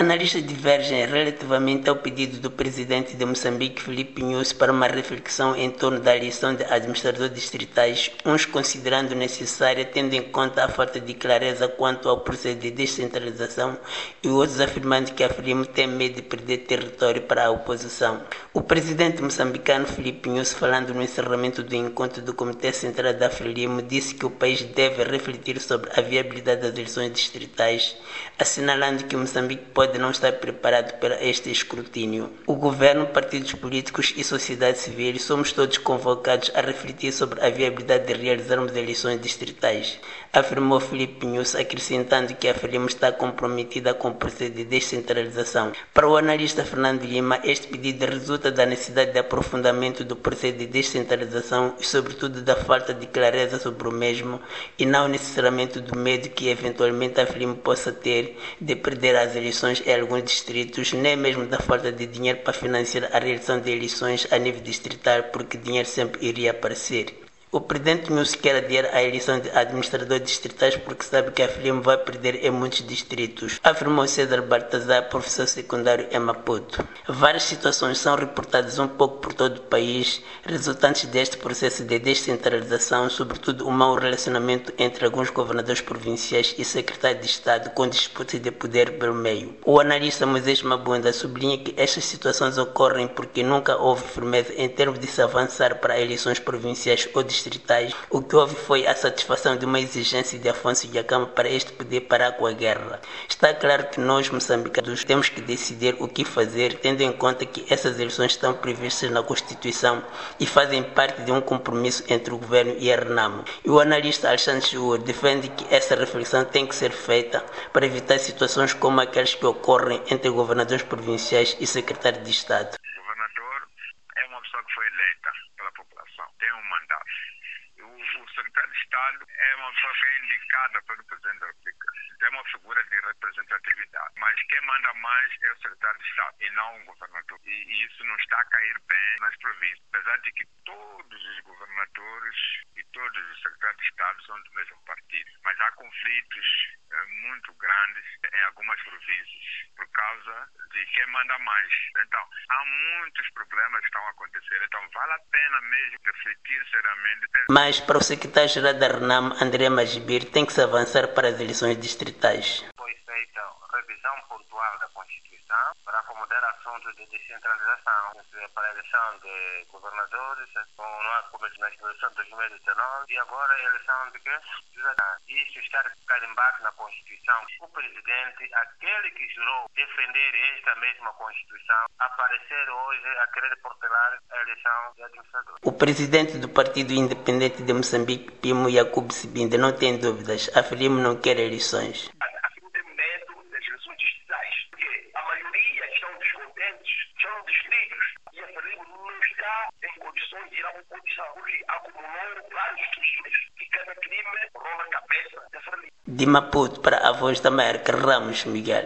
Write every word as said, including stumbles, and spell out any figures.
Analistas divergem relativamente ao pedido do presidente de Moçambique, Filipe Nyusi, para uma reflexão em torno da eleição de administradores distritais, uns considerando necessária tendo em conta a falta de clareza quanto ao processo de descentralização e outros afirmando que a Frelimo tem medo de perder território para a oposição. O presidente moçambicano Filipe Nyusi, falando no encerramento do encontro do Comitê Central da Frelimo, disse que o país deve refletir sobre a viabilidade das eleições distritais, assinalando que Moçambique pode pode não estar preparado para este escrutínio. O governo, partidos políticos e sociedade civil somos todos convocados a refletir sobre a viabilidade de realizarmos eleições distritais, afirmou Filipe Nyusi, acrescentando que a Frelimo está comprometida com o processo de descentralização. Para o analista Fernando Lima, este pedido resulta da necessidade de aprofundamento do processo de descentralização e, sobretudo, da falta de clareza sobre o mesmo e não necessariamente do medo que eventualmente a Frelimo possa ter de perder as eleições em alguns distritos, nem mesmo da falta de dinheiro para financiar a realização de eleições a nível distrital, porque dinheiro sempre iria aparecer. O presidente Nyusi quer adiar a eleição de administradores distritais porque sabe que a Frelimo vai perder em muitos distritos, afirmou César Baltazar, professor secundário em Maputo. Várias situações são reportadas um pouco por todo o país, resultantes deste processo de descentralização, sobretudo o mau relacionamento entre alguns governadores provinciais e secretários de Estado com disputas de poder pelo meio. O analista Moisés Mabunda sublinha que estas situações ocorrem porque nunca houve firmeza em termos de se avançar para eleições provinciais ou distritais. O que houve foi a satisfação de uma exigência de Afonso Dhlakama para este poder parar com a guerra. Está claro que nós, moçambicanos, temos que decidir o que fazer, tendo em conta que essas eleições estão previstas na Constituição e fazem parte de um compromisso entre o governo e a RENAMO. E o analista Alexandre Chua defende que essa reflexão tem que ser feita para evitar situações como aquelas que ocorrem entre governadores provinciais e secretários de Estado. O governador é uma pessoa que foi eleita pela população, tem um mandato. O, o secretário de Estado é uma pessoa que é indicada pelo presidente da República. É uma figura de representatividade. Mas quem manda mais é o secretário de Estado e não o governador. E, e isso não está a cair bem nas províncias. Apesar de que todos os governadores e todos os secretários de Estado são do mesmo partido. Mas há conflitos eh, muito grandes em algumas províncias por causa de quem manda mais. Então, há muitos problemas que estão a acontecer. Então, vale a pena mesmo refletir seriamente. Mas para o secretário-geral da RENAMO, André Magibir, tem que se avançar para as eleições distritais. Foi feita revisão pontual da Constituição para acomodar assuntos de descentralização, para a eleição de governadores, como na eleição de dois mil e dezenove, e agora a eleição de quê? Isso está carimbado na Constituição. O presidente, aquele que jurou defender esta mesma Constituição, aparecer hoje a querer protelar a eleição de administrador. O presidente do Partido Independente de Moçambique, Pimo Yacoub Sibinda, não tem dúvidas. A Frelimo não quer eleições. A Frelimo tem medo das eleições distritais, porque a maioria estão descontentes, são distritos, e a Frelimo não está em condições de ir à oposição, porque acumulou vários crimes, e cada crime rola a cabeça da Frelimo. De Maputo para a Voz da América, Ramos Miguel.